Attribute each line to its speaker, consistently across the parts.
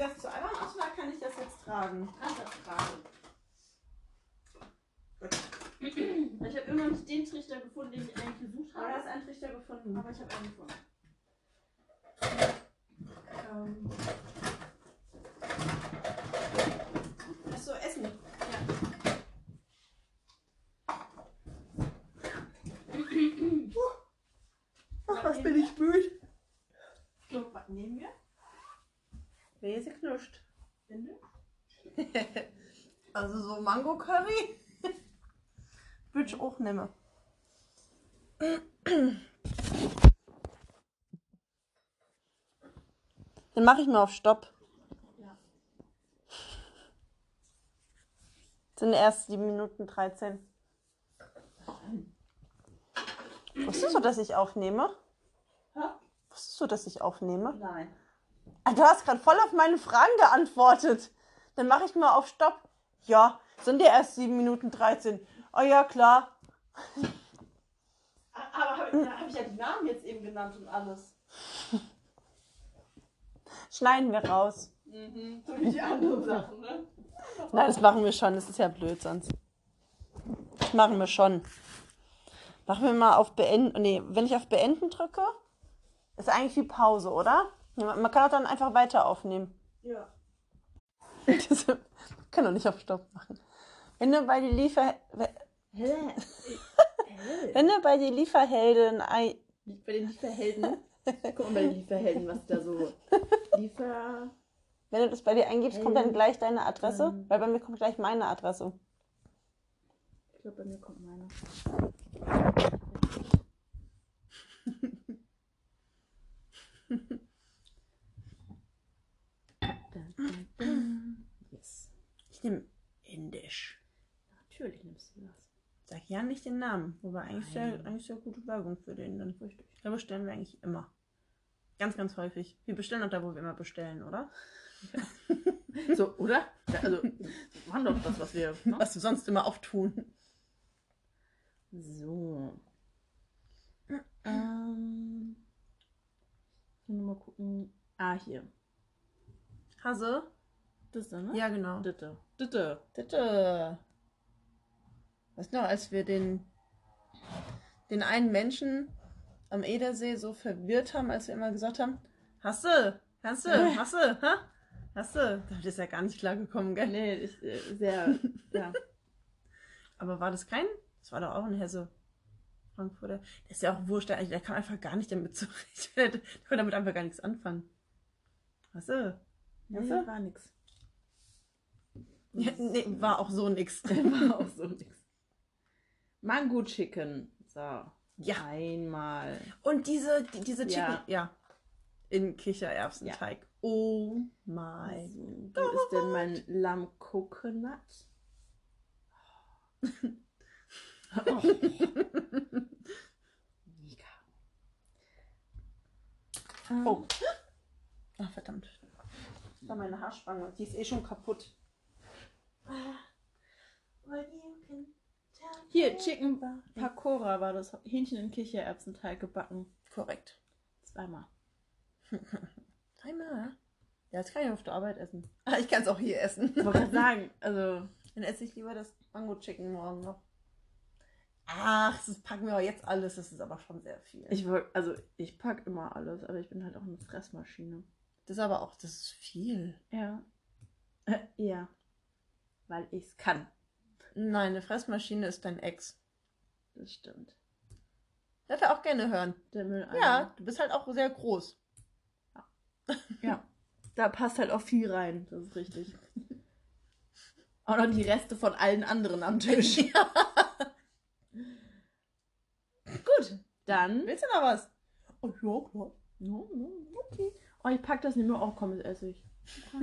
Speaker 1: das zu albern aus oder kann ich das jetzt tragen?
Speaker 2: Kannst das tragen. Ich habe immer noch nicht den Trichter gefunden, den ich eigentlich gesucht
Speaker 1: Aber du
Speaker 2: habe.
Speaker 1: hast einen Trichter gefunden.
Speaker 2: Aber ich habe einen gefunden.
Speaker 1: Achso, Essen. Ach, was bin ich müde.
Speaker 2: So, was nehmen wir?
Speaker 1: Wer sie knuscht.
Speaker 2: Finde?
Speaker 1: Also so Mango Curry würde ich auch nehmen. Dann mache ich mal auf Stopp.
Speaker 2: Ja.
Speaker 1: Sind erst 7 Minuten 13. Wusstest du, dass ich aufnehme?
Speaker 2: Hä?
Speaker 1: Wusstest du, dass ich aufnehme?
Speaker 2: Nein.
Speaker 1: Ah, du hast gerade voll auf meine Fragen geantwortet. Dann mache ich mal auf Stopp. Ja, sind ja erst 7 Minuten 13. Oh ja, klar.
Speaker 2: Aber habe ich ja die Namen jetzt eben genannt und alles.
Speaker 1: Schneiden wir raus.
Speaker 2: Mhm. So wie die anderen Sachen, ne?
Speaker 1: Nein, das machen wir schon. Das ist ja blöd sonst. Das machen wir schon. Machen wir mal auf Beenden. Nee, wenn ich auf Beenden drücke, ist eigentlich wie Pause, oder? Man kann auch dann einfach weiter aufnehmen.
Speaker 2: Ja.
Speaker 1: Wir können doch nicht auf Stopp machen. Wenn du bei die Wenn du bei die Lieferhelden
Speaker 2: Bei den Lieferhelden. Guck mal bei den Lieferhelden, was da so.
Speaker 1: Wenn du das bei dir eingibst, kommt dann gleich deine Adresse? Weil bei mir kommt gleich meine Adresse.
Speaker 2: Ich glaube, bei mir kommt meine.
Speaker 1: Yes. Ich nehme Indisch.
Speaker 2: Natürlich nimmst du das.
Speaker 1: Sag ja nicht den Namen, wobei eigentlich sehr gute Werbung für den dann. Richtig. Da bestellen wir eigentlich immer. Ganz, ganz häufig. Wir bestellen auch da, wo wir immer bestellen, oder?
Speaker 2: Ja. So, oder? Ja, also, wir machen doch das, was wir. Ne?
Speaker 1: Was wir sonst immer auch tun.
Speaker 2: So. Ich will nur mal gucken. Ah, hier.
Speaker 1: Hase?
Speaker 2: Das da, ne?
Speaker 1: Ja, genau.
Speaker 2: Ditte.
Speaker 1: Weißt du noch, als wir den einen Menschen am Edersee so verwirrt haben, als wir immer gesagt haben, Hasse, da ist ja gar nicht klar gekommen, gell?
Speaker 2: Nee, sehr, ja.
Speaker 1: Aber war das kein? Das war doch auch ein Hesse. Frankfurter. Der ist ja auch wurscht, der kam einfach gar nicht damit zurecht. Der konnte damit einfach gar nichts anfangen. Hasse?
Speaker 2: Nee, war nix.
Speaker 1: Ja, nee, war auch so nix.
Speaker 2: War auch so nix. Mango Chicken. So.
Speaker 1: Ja.
Speaker 2: Einmal.
Speaker 1: Und diese Chicken,
Speaker 2: Ja.
Speaker 1: in Kichererbsenteig. Ja. Oh mein
Speaker 2: Gott. Wo ist denn mein Lamm Coconut? Oh. Mega.
Speaker 1: Oh. Ach, verdammt. Das war meine Haarspange. Die ist eh schon kaputt.
Speaker 2: Hier, Chicken Pakora war das. Hähnchen in Kichererbsenteig gebacken.
Speaker 1: Korrekt.
Speaker 2: 2-mal.
Speaker 1: 3-mal? Ja, das kann ich auf der Arbeit essen. Ah, ich kann es auch hier essen.
Speaker 2: Ich wollte gerade sagen, also.
Speaker 1: Dann esse ich lieber das Mango Chicken morgen noch. Ach, das packen wir aber jetzt alles. Das ist aber schon sehr viel.
Speaker 2: Ich pack immer alles, aber ich bin halt auch eine Fressmaschine.
Speaker 1: Das ist aber auch, das ist viel.
Speaker 2: Ja. Ja. Weil ich's kann.
Speaker 1: Nein, eine Fressmaschine ist dein Ex.
Speaker 2: Das stimmt.
Speaker 1: Darf er auch gerne hören.
Speaker 2: Der Mülleimer.
Speaker 1: Ja, du bist halt auch sehr groß.
Speaker 2: Ja. Da passt halt auch viel rein. Das ist richtig. Auch noch die Reste von allen anderen am Tisch.
Speaker 1: Ja.
Speaker 2: Gut, dann.
Speaker 1: Willst du noch was? Oh ja, klar.
Speaker 2: Okay. Oh, ich pack das nicht mehr. Oh, komm, jetzt esse ich.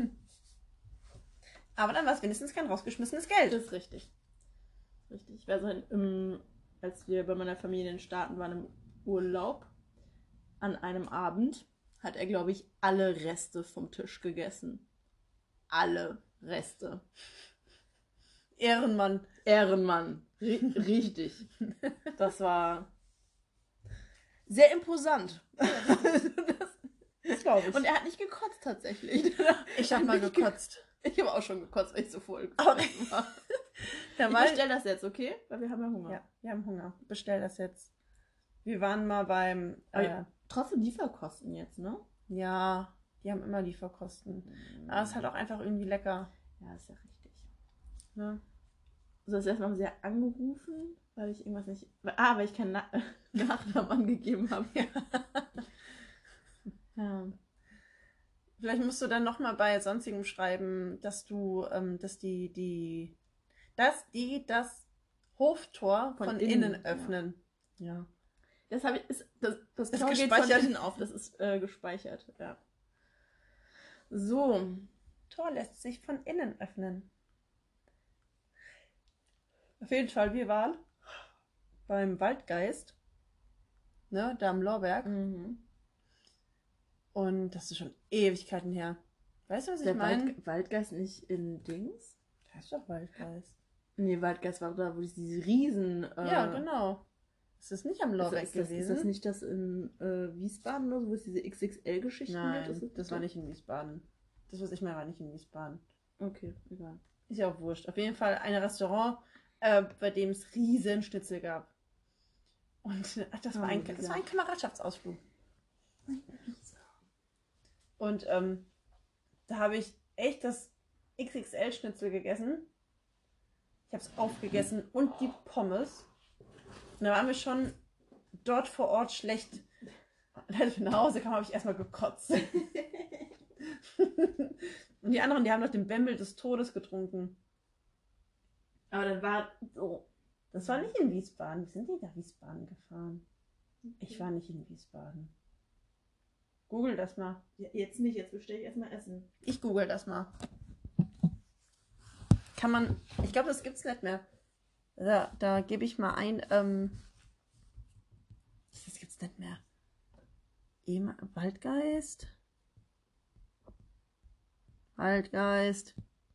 Speaker 1: Aber dann war es wenigstens kein rausgeschmissenes Geld.
Speaker 2: Das ist richtig. Richtig. Also, als wir bei meiner Familie in den Staaten waren im Urlaub, an einem Abend, hat er, glaube ich, alle Reste vom Tisch gegessen. Alle Reste.
Speaker 1: Ehrenmann.
Speaker 2: Richtig. Das war sehr imposant.
Speaker 1: Das glaube ich.
Speaker 2: Und er hat nicht gekotzt tatsächlich.
Speaker 1: Ich habe mal gekotzt.
Speaker 2: Ich habe auch schon gekotzt, weil ich so voll
Speaker 1: Aber-
Speaker 2: gefressen war.
Speaker 1: Ja,
Speaker 2: Ich bestell das jetzt, okay? Weil wir haben ja Hunger.
Speaker 1: Ja, wir haben Hunger. Bestell das jetzt. Wir waren mal beim...
Speaker 2: Aber trotzdem Lieferkosten jetzt, ne?
Speaker 1: ja, die haben immer Lieferkosten. Aber es ist halt auch einfach irgendwie lecker.
Speaker 2: Ja, ist ja richtig.
Speaker 1: Ne?
Speaker 2: Also das erste Mal haben sie ja angerufen, weil ich irgendwas nicht... weil ich keinen Nachnamen angegeben habe. Ja.
Speaker 1: Vielleicht musst du dann nochmal bei sonstigem schreiben, dass du, dass die das Hoftor von innen öffnen. Ja.
Speaker 2: Das habe ich... Das
Speaker 1: Ist
Speaker 2: Tor geht
Speaker 1: gespeichert.
Speaker 2: von innen auf. Das ist gespeichert, ja. So.
Speaker 1: Tor lässt sich von innen öffnen. Auf jeden Fall, wir waren beim Waldgeist, ne, da am Lorberg.
Speaker 2: Mhm.
Speaker 1: Und das ist schon Ewigkeiten her. Weißt du, was ich
Speaker 2: Der
Speaker 1: meine?
Speaker 2: Waldgeist nicht in Dings?
Speaker 1: Das heißt doch Waldgeist.
Speaker 2: Nee, Waldgeist war da, wo diese Riesen...
Speaker 1: Ja, genau. Ist das nicht am Lorberg
Speaker 2: Ist das
Speaker 1: gewesen?
Speaker 2: nicht das in Wiesbaden oder so, wo es diese XXL-Geschichten
Speaker 1: Nein,
Speaker 2: gibt?
Speaker 1: das war nicht in Wiesbaden. Das, was ich meine, war nicht in Wiesbaden.
Speaker 2: Okay, egal.
Speaker 1: Ist ja auch wurscht. Auf jeden Fall ein Restaurant, bei dem es riesen Schnitzel gab. Und das war ein Kameradschaftsausflug. Und da habe ich echt das XXL-Schnitzel gegessen. Ich habe es aufgegessen und die Pommes. Und da waren wir schon dort vor Ort schlecht. Und als wir nach Hause kamen, habe ich erstmal gekotzt. Und die anderen, die haben noch den Bembel des Todes getrunken.
Speaker 2: Aber dann war so.
Speaker 1: Das war nicht in Wiesbaden. Wie sind die nach Wiesbaden gefahren? Ich war nicht in Wiesbaden. Google das mal.
Speaker 2: Ja, jetzt nicht, jetzt bestelle ich erstmal Essen.
Speaker 1: Ich google das mal. Kann man. Ich glaube, das gibt's nicht mehr. Da gebe ich mal ein. Das gibt's nicht mehr. Waldgeist. Waldgeist.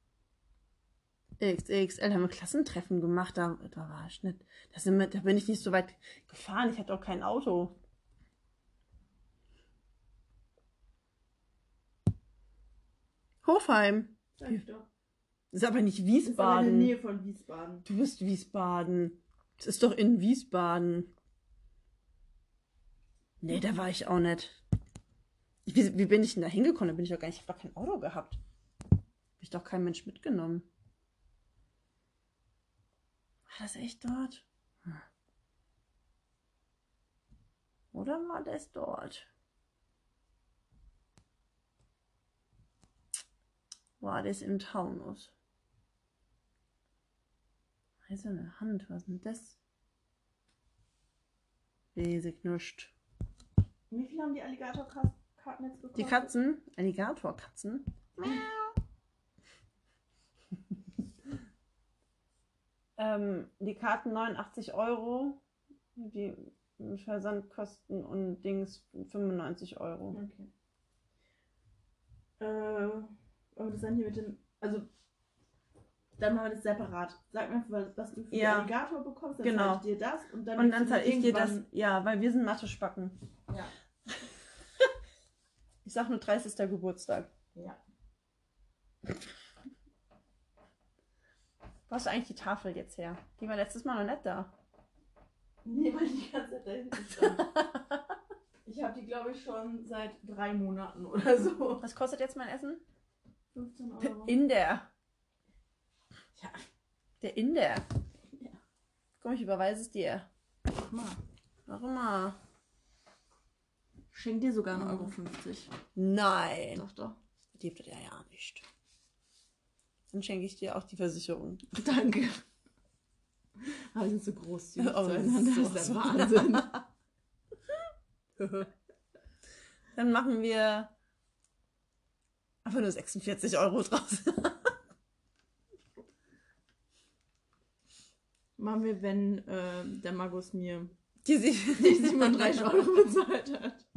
Speaker 1: XXL, haben wir Klassentreffen gemacht. Da war ich nicht. Da bin ich nicht so weit gefahren. Ich hatte auch kein Auto. Hofheim.
Speaker 2: Sag ich doch.
Speaker 1: Das ist aber nicht
Speaker 2: Das ist aber in der
Speaker 1: Wiesbaden.
Speaker 2: Nähe von Wiesbaden.
Speaker 1: Du bist Wiesbaden. Das ist doch in Wiesbaden. Nee, da war ich auch nicht. Wie bin ich denn da hingekommen? Da bin ich doch gar nicht. Ich habe doch kein Auto gehabt. Hab ich doch kein Mensch mitgenommen. War das echt dort? Oder war das dort? War das im Taunus? Eiserne Hand, was ist denn das? Weiß ich nicht.
Speaker 2: Wie viel haben die Alligator-Karten jetzt gekostet?
Speaker 1: Die Katzen, Alligatorkatzen. Die Karten 89 €, die Versandkosten und Dings 95 €.
Speaker 2: Okay. Aber das dann hier mit dem. Also. Dann machen wir das separat. Sag mir, was du für den
Speaker 1: Ja.
Speaker 2: Alligator bekommst, dann
Speaker 1: Genau.
Speaker 2: zahle ich dir das und dann.
Speaker 1: Und dann
Speaker 2: gibst du
Speaker 1: zahle ich dir das.
Speaker 2: irgendwann-
Speaker 1: Ja, weil wir sind Mathe-Spacken.
Speaker 2: Ja.
Speaker 1: Ich sag nur 30. Geburtstag.
Speaker 2: Ja.
Speaker 1: Wo hast du eigentlich die Tafel jetzt her? Die war letztes Mal noch nicht da.
Speaker 2: Nee, weil die ganze Zeit da hinten stand. Ich habe die, glaube ich, schon seit 3 Monaten oder so.
Speaker 1: Was kostet jetzt mein Essen?
Speaker 2: 15 €.
Speaker 1: Inder.
Speaker 2: Ja.
Speaker 1: Der Inder.
Speaker 2: Ja.
Speaker 1: Komm, ich überweise es dir.
Speaker 2: Mach mal.
Speaker 1: Warum mal?
Speaker 2: Schenk dir sogar 1,50 €.
Speaker 1: Nein.
Speaker 2: Doch, doch.
Speaker 1: Die gibt es ja nicht. Dann schenke ich dir auch die Versicherung.
Speaker 2: Danke. Aber wir sind so großzügig
Speaker 1: Oh,
Speaker 2: zueinander.
Speaker 1: so-
Speaker 2: Das ist
Speaker 1: so.
Speaker 2: der Wahnsinn.
Speaker 1: Dann machen wir einfach nur 46 € draus.
Speaker 2: Machen wir, wenn der Magus mir
Speaker 1: Die
Speaker 2: die 37 € bezahlt hat.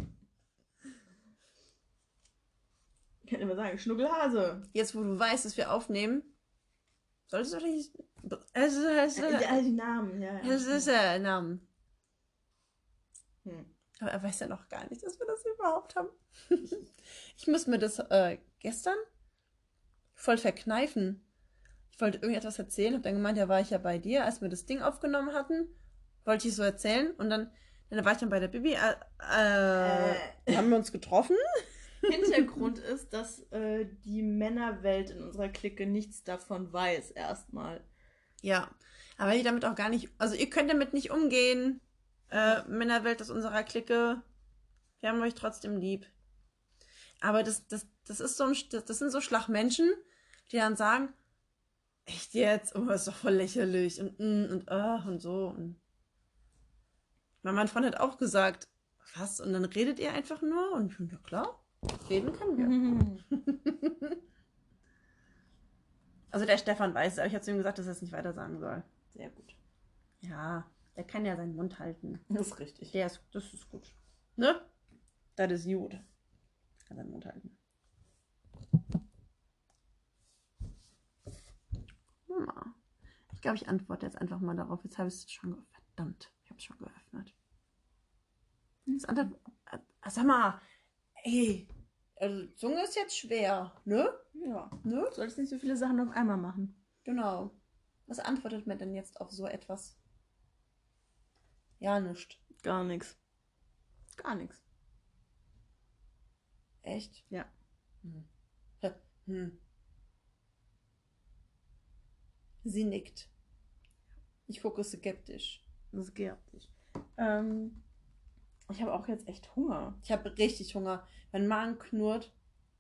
Speaker 2: Ich kann immer sagen, Schnuckelhase.
Speaker 1: Jetzt, wo du weißt, dass wir aufnehmen, solltest du nicht.
Speaker 2: All die Namen, ja.
Speaker 1: Das ist der Name. Aber er weiß ja noch gar nicht, dass wir das überhaupt haben. Ich muss mir das gestern voll verkneifen. Ich wollte irgendetwas erzählen, habe dann gemeint, ja, war ich ja bei dir, als wir das Ding aufgenommen hatten. Wollte ich so erzählen und dann war ich dann bei der Bibi. Haben wir uns getroffen?
Speaker 2: Hintergrund ist, dass die Männerwelt in unserer Clique nichts davon weiß, erstmal.
Speaker 1: Ja, aber ich damit auch gar nicht. Also, ihr könnt damit nicht umgehen. Männerwelt aus unserer Clique. Wir haben euch trotzdem lieb. Aber das ist so das sind so Schlagmenschen, die dann sagen, echt jetzt? Oh, ist doch voll lächerlich. Und so. Und mein Freund hat auch gesagt, was? Und dann redet ihr einfach nur? Und ich finde, ja klar, reden können wir. Also der Stefan weiß es, aber ich habe zu ihm gesagt, dass er es nicht weiter sagen soll.
Speaker 2: Sehr gut.
Speaker 1: Ja, der kann ja seinen Mund halten.
Speaker 2: Das ist richtig.
Speaker 1: Das ist gut. Ne? Das ist gut. Der kann seinen Mund halten. Mama. Ich glaube, ich antworte jetzt einfach mal darauf. Jetzt habe ich es schon geöffnet. Verdammt, ich habe es schon geöffnet. Das andere, sag mal, ey, also Zunge ist jetzt schwer, ne?
Speaker 2: Ja.
Speaker 1: Ne?
Speaker 2: Du solltest nicht so viele Sachen auf einmal machen.
Speaker 1: Genau. Was antwortet man denn jetzt auf so etwas? Ja, nichts.
Speaker 2: Gar nichts. Gar nichts.
Speaker 1: Echt?
Speaker 2: Ja.
Speaker 1: Sie nickt. Ich gucke skeptisch.
Speaker 2: Das geht nicht. Ich habe auch jetzt echt Hunger.
Speaker 1: Ich habe richtig Hunger. Mein Magen knurrt.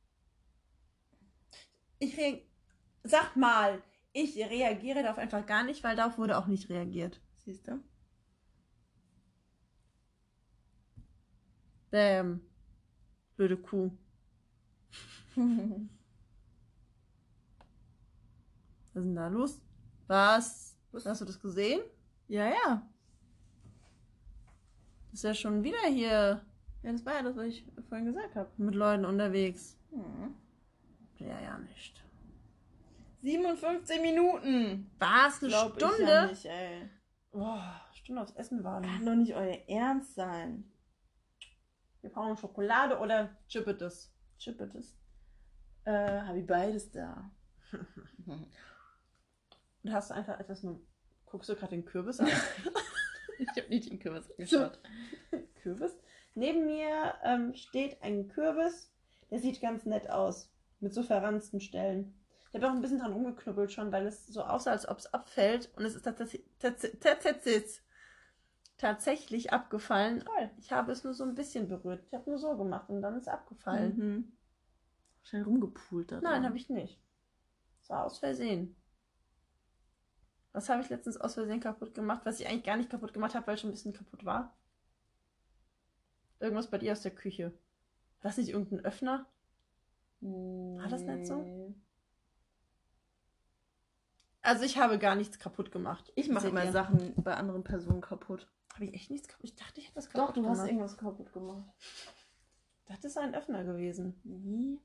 Speaker 1: Sag mal, ich reagiere darauf einfach gar nicht, weil darauf wurde auch nicht reagiert.
Speaker 2: Siehst du?
Speaker 1: Bäm. Blöde Kuh. Was ist denn da los? Was? Hast du das gesehen?
Speaker 2: Ja, ja.
Speaker 1: Das ist ja schon wieder hier
Speaker 2: Ja, das war ja das, was ich vorhin gesagt habe.
Speaker 1: mit Leuten unterwegs.
Speaker 2: Hm.
Speaker 1: Ja, nicht.
Speaker 2: 57 Minuten.
Speaker 1: Was? Eine
Speaker 2: Glaub
Speaker 1: Stunde?
Speaker 2: Ich ja nicht, ey.
Speaker 1: Boah, Stunde aufs Essen warten.
Speaker 2: Kann doch nicht euer Ernst sein.
Speaker 1: Wir brauchen Schokolade oder Chippetes.
Speaker 2: Chippetes. Habe ich beides da.
Speaker 1: Und hast du einfach etwas nur. Guckst du gerade den Kürbis an?
Speaker 2: Ich habe nicht den Kürbis angeschaut.
Speaker 1: Kürbis? Neben mir steht ein Kürbis, der sieht ganz nett aus. Mit so verranzten Stellen. Ich habe auch ein bisschen dran rumgeknubbelt schon, weil es so aussah, als ob es abfällt. Und es ist tatsächlich abgefallen.
Speaker 2: Toll.
Speaker 1: Ich habe es nur so ein bisschen berührt. Ich habe nur so gemacht und dann ist es abgefallen.
Speaker 2: Mhm. Schnell rumgepult da.
Speaker 1: Nein, habe ich nicht. Das war aus Versehen. Was habe ich letztens aus Versehen kaputt gemacht, was ich eigentlich gar nicht kaputt gemacht habe, weil es schon ein bisschen kaputt war? Irgendwas bei dir aus der Küche. War das nicht irgendein Öffner? War das nicht so? Also ich habe gar nichts kaputt gemacht.
Speaker 2: Ich mache
Speaker 1: Seht
Speaker 2: immer
Speaker 1: ihr?
Speaker 2: Sachen bei anderen Personen kaputt.
Speaker 1: Habe ich echt nichts kaputt? Ich dachte, ich hätte was kaputt
Speaker 2: Doch, du
Speaker 1: gemacht.
Speaker 2: hast irgendwas kaputt gemacht.
Speaker 1: Ich dachte, das ist ein Öffner gewesen.
Speaker 2: Wie?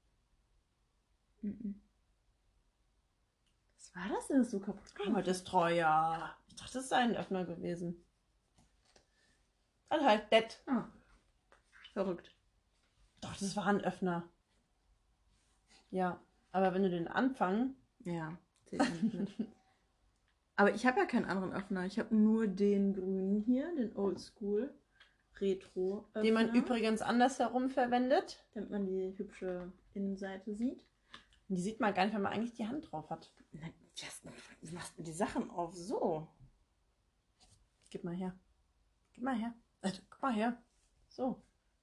Speaker 2: Was war das denn, das du kaputt gemacht
Speaker 1: Aber Destroyer. Ich dachte, das ist ein Öffner gewesen. Dann halt das.
Speaker 2: hast? Verrückt.
Speaker 1: Doch, das war ein Öffner. Ja, aber wenn du den Anfang...
Speaker 2: Ja, zählt nicht mit. Aber ich habe ja keinen anderen Öffner. Ich habe nur den grünen hier, den Oldschool Retro Öffner.
Speaker 1: Den man übrigens andersherum verwendet.
Speaker 2: damit man die hübsche Innenseite sieht.
Speaker 1: Und die sieht man gar nicht, wenn man eigentlich die Hand drauf hat.
Speaker 2: Na, wie machst du die Sachen auf so?
Speaker 1: Gib mal her. Gib mal her. Guck mal her. So.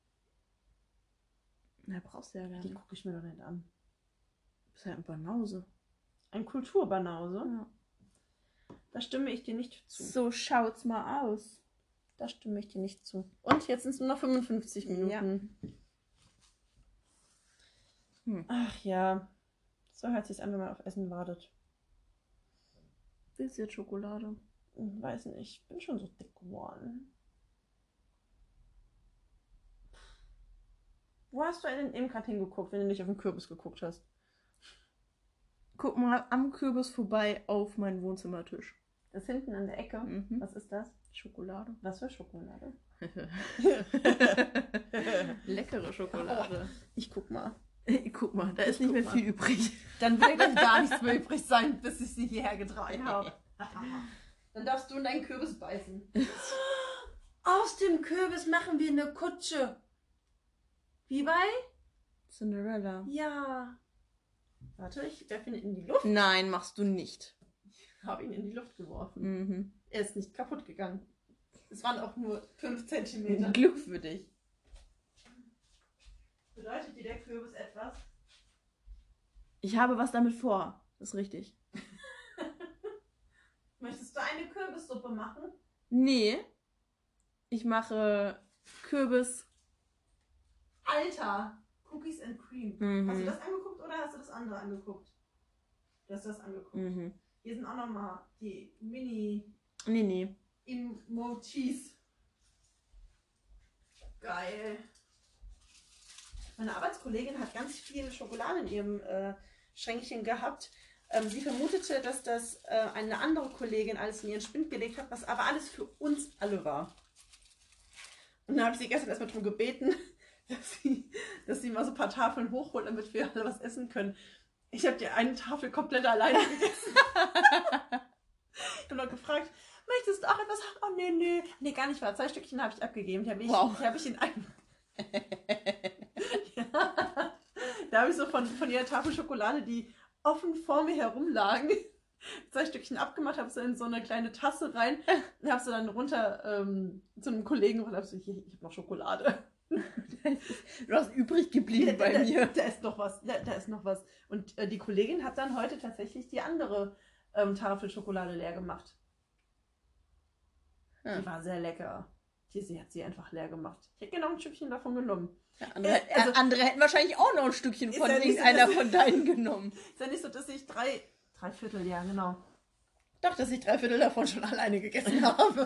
Speaker 2: Na, brauchst du ja gar
Speaker 1: Die
Speaker 2: nicht.
Speaker 1: gucke ich mir doch nicht an.
Speaker 2: Du bist ja ein Banause.
Speaker 1: Ein Kulturbanause.
Speaker 2: Ja.
Speaker 1: Da stimme ich dir nicht zu.
Speaker 2: So schaut's mal aus.
Speaker 1: Da stimme ich dir nicht zu. Und jetzt sind es nur noch 55 Minuten. Ach ja. So hört sich's an, wenn man auf Essen wartet.
Speaker 2: Willst du jetzt Schokolade?
Speaker 1: Weiß nicht. Ich bin schon so dick geworden. Wo hast du denn eben gerade hingeguckt, wenn du nicht auf den Kürbis geguckt hast?
Speaker 2: Guck mal am Kürbis vorbei auf meinen Wohnzimmertisch.
Speaker 1: Das hinten an der Ecke.
Speaker 2: Mhm.
Speaker 1: Was ist das?
Speaker 2: Schokolade.
Speaker 1: Was für Schokolade?
Speaker 2: Leckere Schokolade.
Speaker 1: Ich guck mal.
Speaker 2: Guck mal, da ist nicht mehr viel übrig.
Speaker 1: Dann wird gleich gar nichts mehr übrig sein, bis ich sie hierher getragen habe. Dann darfst du in deinen Kürbis beißen. Aus dem Kürbis machen wir eine Kutsche. Wie bei?
Speaker 2: Cinderella.
Speaker 1: Ja. Warte, ich werfe ihn in die Luft.
Speaker 2: Nein, machst du nicht.
Speaker 1: Ich habe ihn in die Luft geworfen.
Speaker 2: Mhm.
Speaker 1: Er ist nicht kaputt gegangen. Es waren auch nur 5 Zentimeter.
Speaker 2: Glück für dich.
Speaker 1: Bedeutet dir der Kürbis etwas?
Speaker 2: Ich habe was damit vor. Das ist richtig.
Speaker 1: Möchtest du eine Kürbissuppe machen?
Speaker 2: Nee. Ich mache Kürbis.
Speaker 1: Alter! Cookies and Cream.
Speaker 2: Mhm.
Speaker 1: Hast du das angeguckt oder hast du das andere angeguckt? Du hast das angeguckt.
Speaker 2: Mhm.
Speaker 1: Hier sind auch nochmal die
Speaker 2: Nee.
Speaker 1: Mini-Emojis. Geil. Meine Arbeitskollegin hat ganz viel Schokolade in ihrem Schränkchen gehabt. Sie vermutete, dass das eine andere Kollegin alles in ihren Spind gelegt hat, was aber alles für uns alle war. Und dann habe ich sie gestern erstmal darum gebeten, dass sie mal so ein paar Tafeln hochholt, damit wir alle was essen können. Ich habe die eine Tafel komplett alleine gegessen. Ich habe noch gefragt, möchtest du auch etwas haben? Oh, nee. Nee, gar nicht wahr. 2 Stückchen habe ich abgegeben. Die habe ich in einem... Ja. Da habe ich so von ihrer Tafel Schokolade, die offen vor mir herumlagen, 2 Stückchen abgemacht, habe sie in so eine kleine Tasse rein und habe sie dann runter zu einem Kollegen und habe so, hier, ich habe noch Schokolade.
Speaker 2: Du hast übrig geblieben bei mir.
Speaker 1: Da ist noch was. Da ist noch was. Und die Kollegin hat dann heute tatsächlich die andere Tafel Schokolade leer gemacht.
Speaker 2: Ja.
Speaker 1: Die war sehr lecker. Sie hat sie einfach leer gemacht. Ich hätte genau ein Stückchen davon genommen.
Speaker 2: Ja, andere hätten wahrscheinlich auch noch ein Stückchen von irgendeiner von deinen genommen.
Speaker 1: Ist ja nicht so, dass ich drei Viertel, ja genau. Doch, dass ich 3/4 davon schon alleine gegessen habe.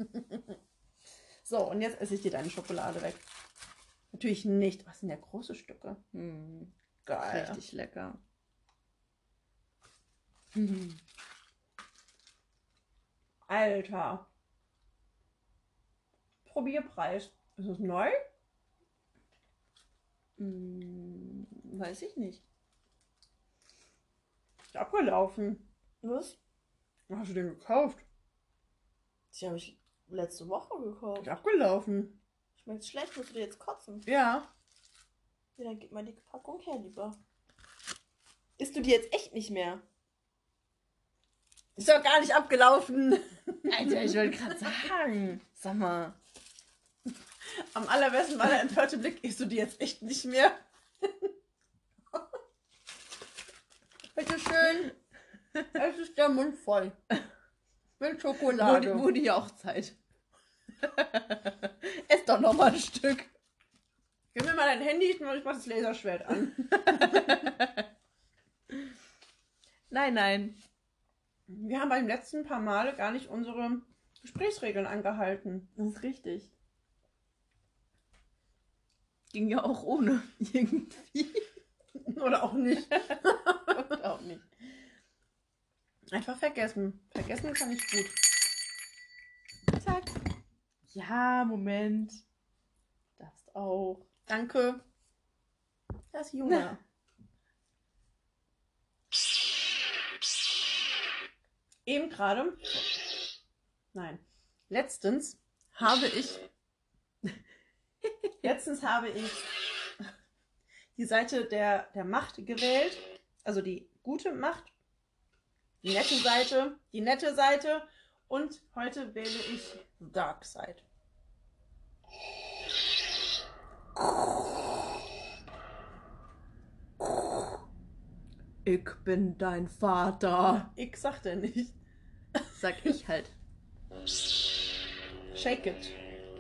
Speaker 1: So, und jetzt esse ich dir deine Schokolade weg. Natürlich nicht. Was sind ja große Stücke? Geil.
Speaker 2: Richtig lecker.
Speaker 1: Alter. Probierpreis. Ist es neu?
Speaker 2: Weiß ich nicht.
Speaker 1: Ist abgelaufen.
Speaker 2: Was?
Speaker 1: Hast du den gekauft?
Speaker 2: Die habe ich letzte Woche gekauft.
Speaker 1: Ist abgelaufen.
Speaker 2: Schmeckt schlecht, musst du dir jetzt kotzen.
Speaker 1: Ja.
Speaker 2: Ja, dann gib mal die Packung her, lieber. Isst du die jetzt echt nicht mehr?
Speaker 1: Ist doch gar nicht abgelaufen.
Speaker 2: Alter, ich wollte gerade sagen. Sag mal.
Speaker 1: Am allerbesten war der empörte Blick. Isst du die jetzt echt nicht mehr? Bitteschön. Es ist der Mund voll. Mit Schokolade.
Speaker 2: Wurde ja auch Zeit. Ess doch noch mal ein Stück.
Speaker 1: Gib mir mal dein Handy, ich mach das Laserschwert an.
Speaker 2: Nein.
Speaker 1: Wir haben beim letzten paar Male gar nicht unsere Gesprächsregeln angehalten.
Speaker 2: Das ist richtig. Ging ja auch ohne irgendwie.
Speaker 1: Oder auch nicht.
Speaker 2: Oder auch nicht.
Speaker 1: Einfach vergessen. Vergessen kann ich gut.
Speaker 2: Zack. Ja, Moment. Darfst auch.
Speaker 1: Danke. Das ist Juna. Eben gerade. Nein. Letztens habe ich die Seite der Macht gewählt. Also die gute Macht. Die nette Seite. Und heute wähle ich Dark Side.
Speaker 2: Ich bin dein Vater.
Speaker 1: Ich sagte nicht.
Speaker 2: Sag ich halt.
Speaker 1: Shake it.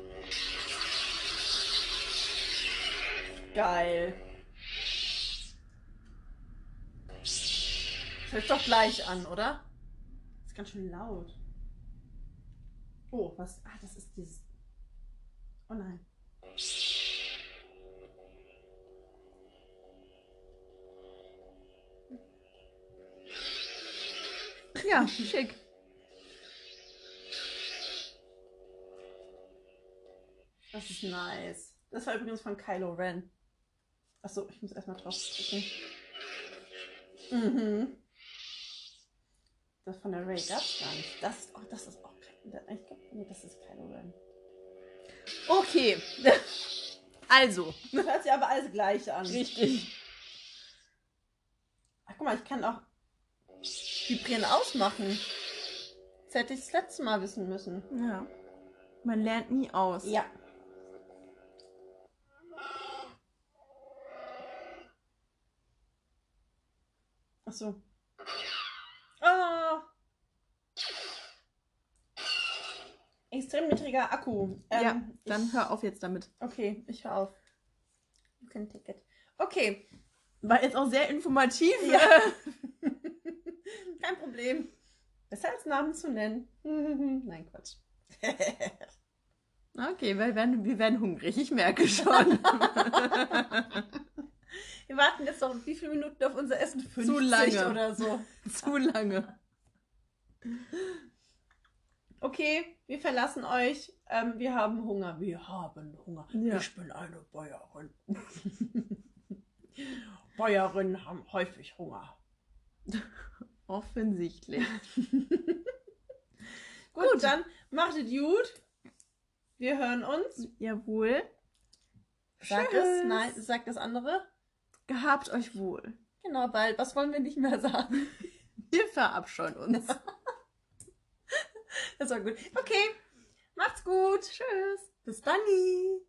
Speaker 1: Geil. Das hört doch gleich an, oder? Das ist ganz schön laut. Oh, was? Ah, das ist dieses... Oh nein.
Speaker 2: Ja, schick.
Speaker 1: Das ist nice. Das war übrigens von Kylo Ren. Achso, ich muss erstmal drauf drücken. Mhm. Das von der Rey gab's gar nicht. Das ist auch nee, das ist Kylo Ren.
Speaker 2: Okay. Also.
Speaker 1: Das hört sich aber alles gleich an.
Speaker 2: Richtig.
Speaker 1: Ach, guck mal, ich kann auch Vibrieren ausmachen. Das hätte ich das letzte Mal wissen müssen.
Speaker 2: Ja. Man lernt nie aus.
Speaker 1: Ja. Achso. Oh. Extrem niedriger Akku.
Speaker 2: Ja, dann hör auf jetzt damit.
Speaker 1: Okay, ich höre auf. You can take it. Okay.
Speaker 2: War jetzt auch sehr informativ.
Speaker 1: Ja. Kein Problem. Besser als Namen zu nennen. Nein, Quatsch.
Speaker 2: Okay, wir werden hungrig. Ich merke schon.
Speaker 1: Wir warten jetzt noch wie viele Minuten auf unser Essen? 50
Speaker 2: Zu lange.
Speaker 1: oder so.
Speaker 2: Zu lange.
Speaker 1: Okay, wir verlassen euch. Wir haben Hunger. Wir haben Hunger.
Speaker 2: Ja.
Speaker 1: Ich bin eine Bäuerin. Bäuerinnen haben häufig Hunger.
Speaker 2: Offensichtlich.
Speaker 1: Gut, dann macht es gut. Wir hören uns.
Speaker 2: Jawohl.
Speaker 1: Sag
Speaker 2: Tschüss.
Speaker 1: es. Nein, sag das andere.
Speaker 2: Gehabt euch wohl.
Speaker 1: Genau, weil was wollen wir nicht mehr sagen?
Speaker 2: Wir verabscheuen uns.
Speaker 1: Das war gut. Okay, macht's gut.
Speaker 2: Tschüss.
Speaker 1: Bis dann.